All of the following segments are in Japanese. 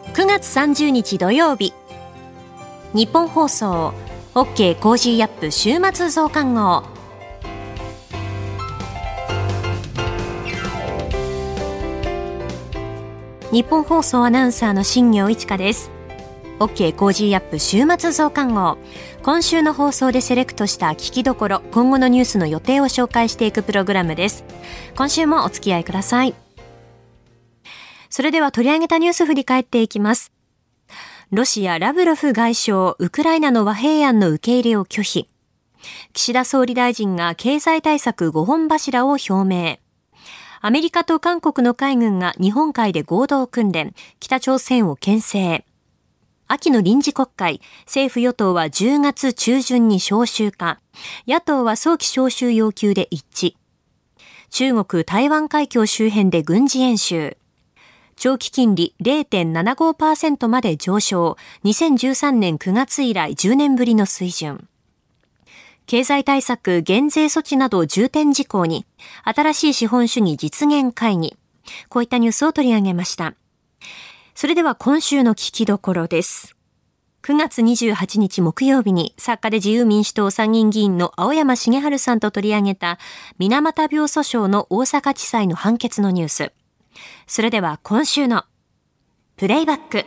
9月30日土曜日、日本放送 OK コージーアップ週末増刊号。日本放送アナウンサーの新業一華です。 OK コージーアップ週末増刊号、今週の放送でセレクトした聞きどころ、今後のニュースの予定を紹介していくプログラムです。今週もお付き合いください。それでは取り上げたニュース振り返っていきます。ロシアラブロフ外相、ウクライナの和平案の受け入れを拒否。岸田総理大臣が経済対策5本柱を表明。アメリカと韓国の海軍が日本海で合同訓練、北朝鮮を牽制。秋の臨時国会、政府与党は10月中旬に召集か、野党は早期召集要求で一致。中国台湾海峡周辺で軍事演習。長期金利 0.75% まで上昇。2013年9月以来10年ぶりの水準。経済対策減税措置など重点事項に、新しい資本主義実現会議。こういったニュースを取り上げました。それでは今週の聞きどころです。9月28日木曜日に作家で自由民主党参議院議員の青山茂春さんと取り上げた水俣病訴訟の大阪地裁の判決のニュース。それでは今週のプレイバック。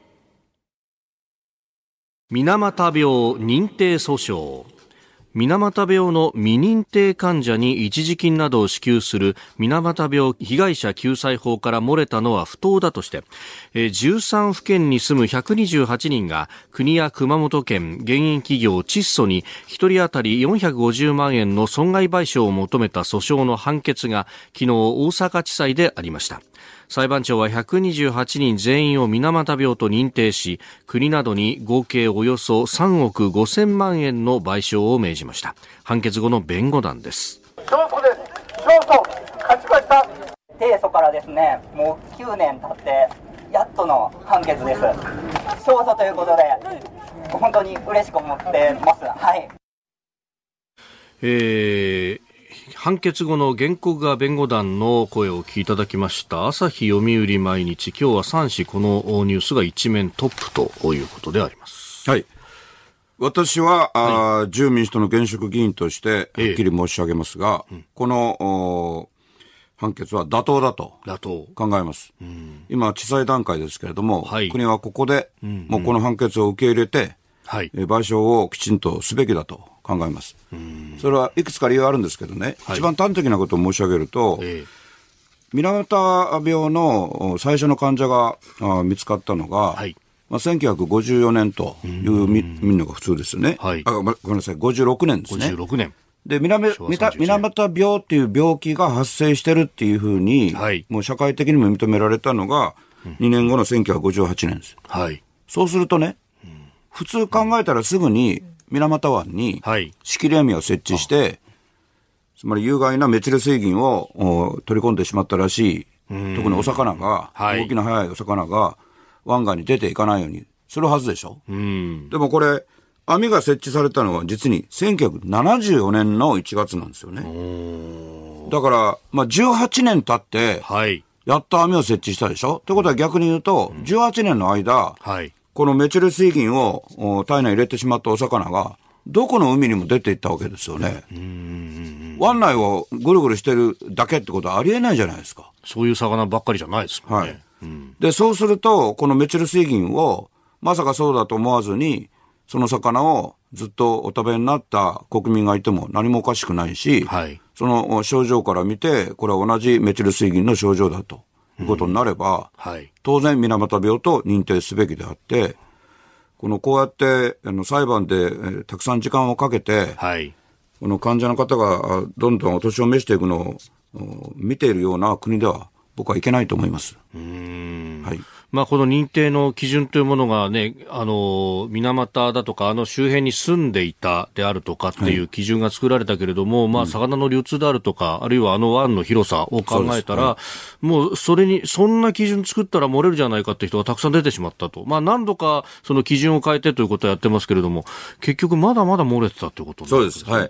水俣病認定訴訟。水俣病の未認定患者に一時金などを支給する水俣病被害者救済法から漏れたのは不当だとして、13府県に住む128人が国や熊本県、原因企業チッソに1人当たり450万円の損害賠償を求めた訴訟の判決が昨日大阪地裁でありました。裁判長は128人全員を水俣病と認定し、国などに合計およそ3億5000万円の賠償を命じました。判決後の弁護団です。 勝訴です。勝訴、勝ちました。提訴からですね、もう9年経ってやっとの判決です。勝訴ということで本当に嬉しく思ってます。はい。 判決後の原告側弁護団の声をお聞きいただきました。朝日読売毎日、今日は3紙このニュースが一面トップということであります。 はい。私は、自由民主党の現職議員としてはっきり申し上げますが、この判決は妥当だと考えます。今地裁段階ですけれども、国はここでもうこの判決を受け入れて、賠償をきちんとすべきだと考えます。それはいくつか理由があるんですけどね、一番端的なことを申し上げると、水俣病の最初の患者が見つかったのが、1954年という見るのが普通ですよね。ごめんなさい、56年ですね。 56年。 で、水俣病っていう病気が発生してるっていうふうに、もう社会的にも認められたのが2年後の1958年です。そうするとね、普通考えたらすぐに水俣湾に仕切り網を設置して、つまり有害なメチル水銀を取り込んでしまったらしい、特にお魚が、動きの速いお魚が湾岸に出ていかないようにするはずでしょ。でもこれ網が設置されたのは実に1974年の1月なんですよね。だから、18年経ってやっと網を設置したでしょ。ということは逆に言うと、18年の間、このメチル水銀を体内に入れてしまったお魚がどこの海にも出ていったわけですよね。湾内をぐるぐるしてるだけってことはありえないじゃないですか。 そういう魚ばっかりじゃないですもんね。 で、そうするとこのメチル水銀をまさかそうだと思わずにその魚をずっとお食べになった国民がいても何もおかしくないし、その症状から見てこれは同じメチル水銀の症状だということになれば、当然水俣病と認定すべきであって、こうやって裁判でたくさん時間をかけて、この患者の方がどんどんお年を召していくのを見ているような国では僕はいけないと思います。 この認定の基準というものがね、水俣だとか周辺に住んでいたであるとかっていう基準が作られたけれども、魚の流通であるとか、あるいは湾の広さを考えたら、もうそんな基準作ったら漏れるじゃないかって人がたくさん出てしまったと。何度かその基準を変えてということをやってますけれども、結局まだまだ漏れてたってことなんですね。 そうです。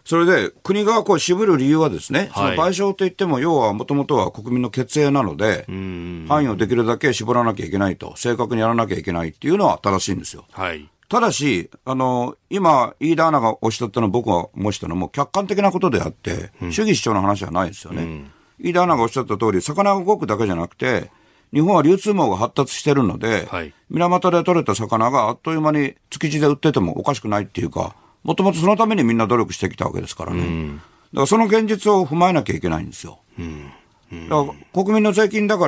それで国がこう渋る理由はですね、その賠償といっても要はもともとは国民の血税なので、範囲をできるだけ絞らなきゃいけないと、正確にやらなきゃいけないっていうのは正しいんですよ。ただし、今、飯田アナがおっしゃったの僕が申したのも客観的なことであって、主義主張の話はないですよね。飯田アナがおっしゃった通り、魚が動くだけじゃなくて、日本は流通網が発達してるので、水俣で取れた魚があっという間に築地で売っててもおかしくないっていうか、もともとそのためにみんな努力してきたわけですからね。だからその現実を踏まえなきゃいけないんですよ。だから国民の税金だから、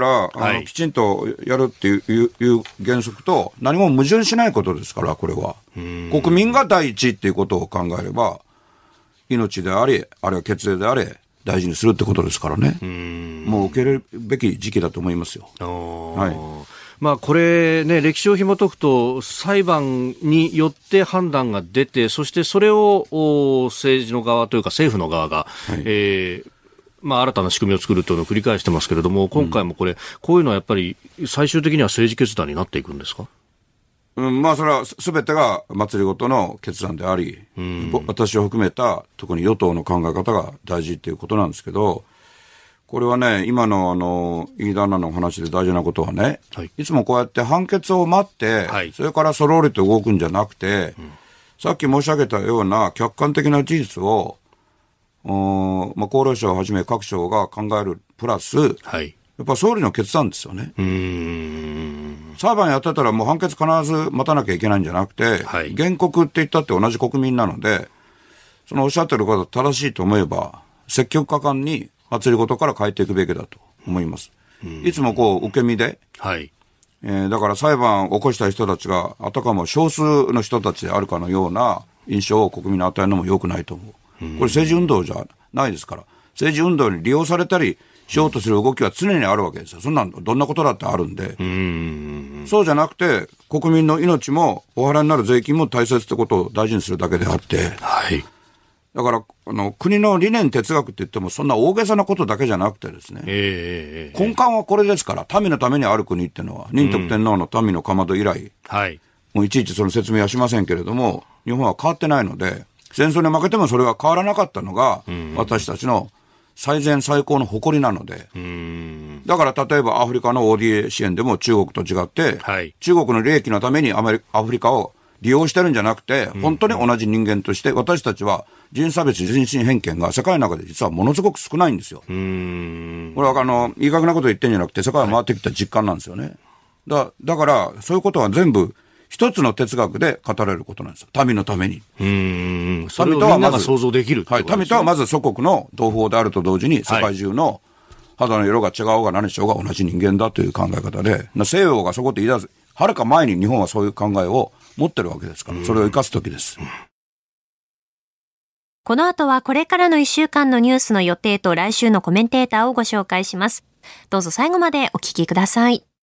きちんとやるっていう原則と何も矛盾しないことですから、これは。国民が第一っていうことを考えれば、命であり、あるいは血税であれ、大事にするってことですからね。もう受け入れるべき時期だと思いますよ。 これね、歴史を紐解くと裁判によって判断が出て、そしてそれを政治の側というか政府の側が、新たな仕組みを作るというのを繰り返してますけれども、今回もこういうのはやっぱり最終的には政治決断になっていくんですか？ それは全てが祭りごとの決断であり、私を含めた特に与党の考え方が大事っていうことなんですけど、これはね、今の飯田アナの話で大事なことはね、いつもこうやって判決を待って、それからそろりと動くんじゃなくて、さっき申し上げたような客観的な事実を、厚労省をはじめ各省が考えるプラス、やっぱ総理の決断ですよね。裁判やってたらもう判決必ず待たなきゃいけないんじゃなくて、原告って言ったって同じ国民なので、そのおっしゃってること正しいと思えば、積極果敢に祭りごとから変えていくべきだと思います。いつも受け身で、だから裁判を起こした人たちがあたかも少数の人たちであるかのような印象を国民に与えるのも良くないと思う。これ政治運動じゃないですから、政治運動に利用されたりしようとする動きは常にあるわけですよ。そんなどんなことだってあるんで、そうじゃなくて国民の命もお払いになる税金も大切ってことを大事にするだけであって、だから国の理念哲学って言ってもそんな大げさなことだけじゃなくてですね、根幹はこれですから、民のためにある国っていうのは仁徳天皇の民のかまど以来、もういちいちその説明はしませんけれども、日本は変わってないので、戦争に負けてもそれは変わらなかったのが私たちの最善最高の誇りなので、だから例えばアフリカの ODA 支援でも中国と違って、中国の利益のためにアフリカを利用してるんじゃなくて、本当に同じ人間として私たちは人差別人身偏見が世界の中で実はものすごく少ないんですよ。これはいい加減なこと言ってんじゃなくて世界を回ってきた実感なんですよね。だからそういうことは全部一つの哲学で語れることなんですよ。民のために。 それをみんなが想像できるってことですね。 民とはまず祖国の同胞であると同時に世界中の肌の色が違おうが何しようが同じ人間だという考え方で、西洋がそこで言い出すはるか前に日本はそういう考えを持ってるわけですから、それを生かすときです。 この後はこれからの1週間のニュースの予定と来週のコメンテーターをご紹介します。どうぞ最後までお聞きください。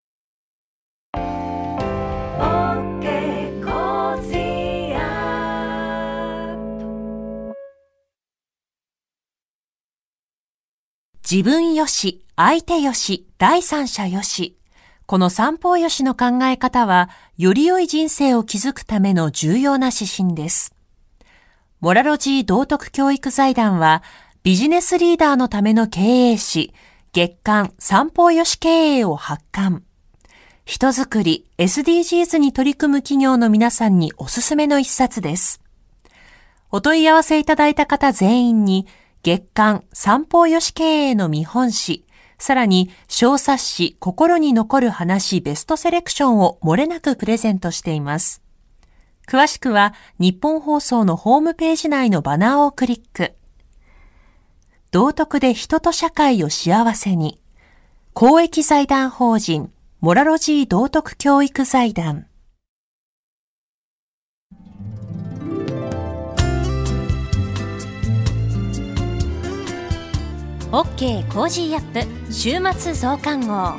自分よし、相手よし、第三者よし。この三方よしの考え方は、より良い人生を築くための重要な指針です。モラロジー道徳教育財団は、ビジネスリーダーのための経営誌、月刊三方よし経営を発刊。人づくり、SDGs に取り組む企業の皆さんにおすすめの一冊です。お問い合わせいただいた方全員に、月刊三方よし経営の見本誌、さらに小冊子心に残る話ベストセレクションを漏れなくプレゼントしています。詳しくは日本放送のホームページ内のバナーをクリック。道徳で人と社会を幸せに。公益財団法人モラロジー道徳教育財団。OK コージーアップ週末増刊号。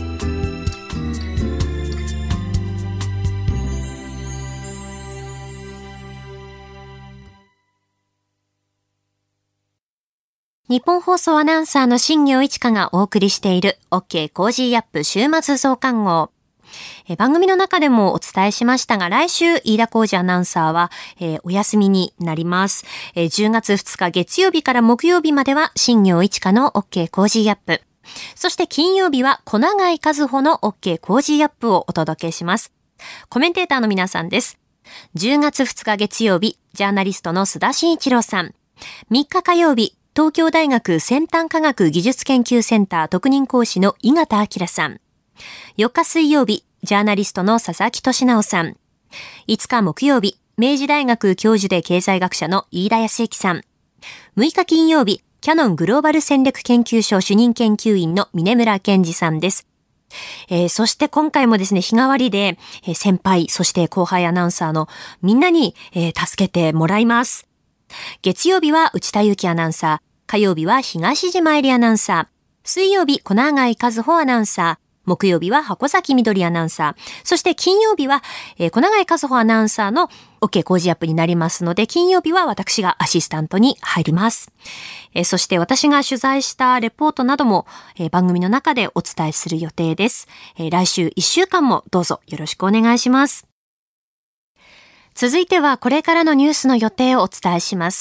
日本放送アナウンサーの新業一華がお送りしている OK コージーアップ週末増刊号。 番組の中でもお伝えしましたが、来週飯田浩司アナウンサーは、お休みになります。10月2日月曜日から木曜日までは新業一華の OK コージーアップ。そして金曜日は小永井和穂の OK コージーアップをお届けします。コメンテーターの皆さんです。10月2日月曜日、ジャーナリストの須田慎一郎さん。3日火曜日、東京大学先端科学技術研究センター特任講師の井形明さん。4日水曜日、ジャーナリストの佐々木俊直さん。5日木曜日、明治大学教授で経済学者の飯田康之さん。6日金曜日、キャノングローバル戦略研究所主任研究員の峰村健二さんです。そして今回もですね、日替わりで、先輩、そして後輩アナウンサーのみんなに、助けてもらいます。月曜日は内田有紀アナウンサー、火曜日は東島えりアナウンサー、水曜日小永井和穂アナウンサー、木曜日は箱崎みどりアナウンサー、そして金曜日は、小永井和穂アナウンサーの OK 工事アップになりますので、金曜日は私がアシスタントに入ります。そして私が取材したレポートなども、番組の中でお伝えする予定です。来週1週間もどうぞよろしくお願いします。続いてはこれからのニュースの予定をお伝えします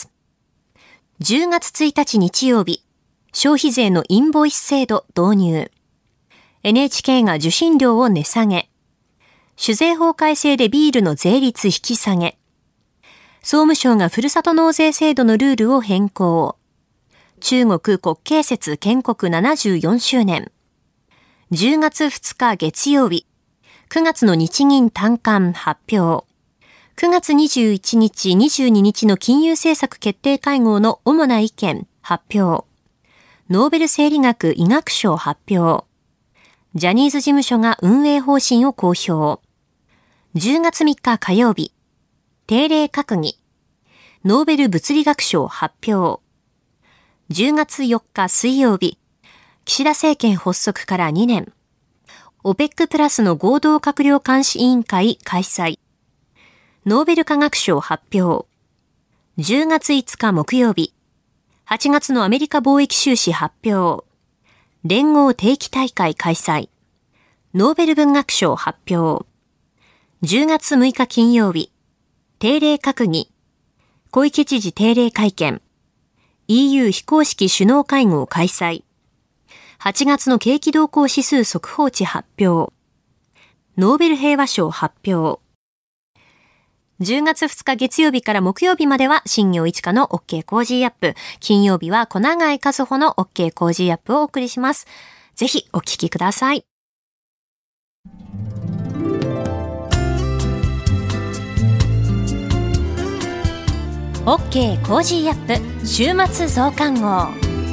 。10月1日日曜日、消費税のインボイス制度導入。NHK が受信料を値下げ。酒税法改正でビールの税率引き下げ。総務省がふるさと納税制度のルールを変更。中国国慶節建国74周年。10月2日月曜日。9月の日銀短観発表。9月21日、22日の金融政策決定会合の主な意見発表。ノーベル生理学医学賞発表。ジャニーズ事務所が運営方針を公表。10月3日火曜日。定例閣議。ノーベル物理学賞発表。10月4日水曜日。岸田政権発足から2年。OPEC プラスの合同閣僚監視委員会開催。ノーベル化学賞発表。10月5日木曜日。8月のアメリカ貿易収支発表。連合定期大会開催。ノーベル文学賞発表。10月6日金曜日。定例閣議。小池知事定例会見。EU 非公式首脳会合開催。8月の景気動向指数速報値発表。ノーベル平和賞発表。10月2日月曜日から木曜日までは新業一華の OK コージーアップ。金曜日は小永井和穂の OK コージーアップをお送りします。ぜひお聞きください。OK コージーアップ週末増刊号。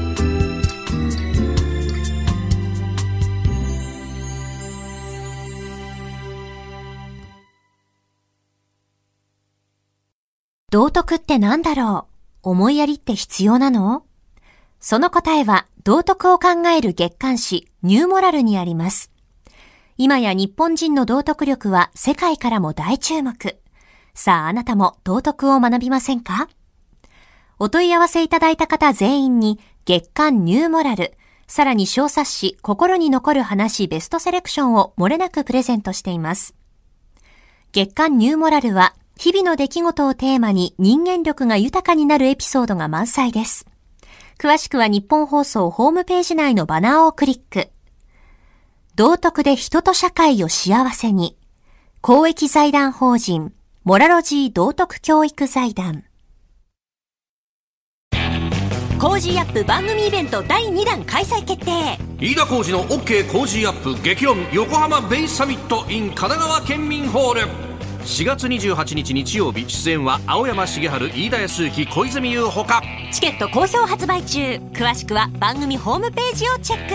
道徳って何だろう？思いやりって必要なの？その答えは道徳を考える月刊誌ニューモラルにあります。今や日本人の道徳力は世界からも大注目。さああなたも道徳を学びませんか？お問い合わせいただいた方全員に月刊ニューモラル、さらに小冊子心に残る話ベストセレクションを漏れなくプレゼントしています。月刊ニューモラルは日々の出来事をテーマに人間力が豊かになるエピソードが満載です。詳しくは日本放送ホームページ内のバナーをクリック。道徳で人と社会を幸せに。公益財団法人モラロジー道徳教育財団。コージーアップ番組イベント第2弾開催決定。 飯田浩司の OK コージーアップ激論横浜ベイサミット in 神奈川県民ホール。4月28日日曜日、出演は青山茂春、飯田康之、小泉優ほか。 チケット好評発売中。詳しくは番組ホームページをチェック。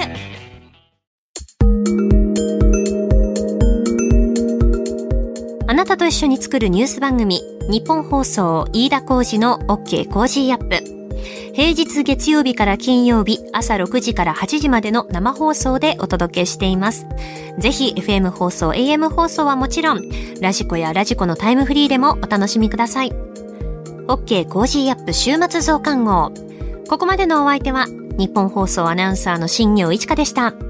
あなたと一緒に作るニュース番組、日本放送飯田浩司の OK コージーアップ。平日月曜日から金曜日朝6時から8時までの生放送でお届けしています。ぜひ FM 放送、AM 放送はもちろん、ラジコやラジコのタイムフリーでもお楽しみください。OK コージーアップ週末増刊号。ここまでのお相手は日本放送アナウンサーの新業一華でした。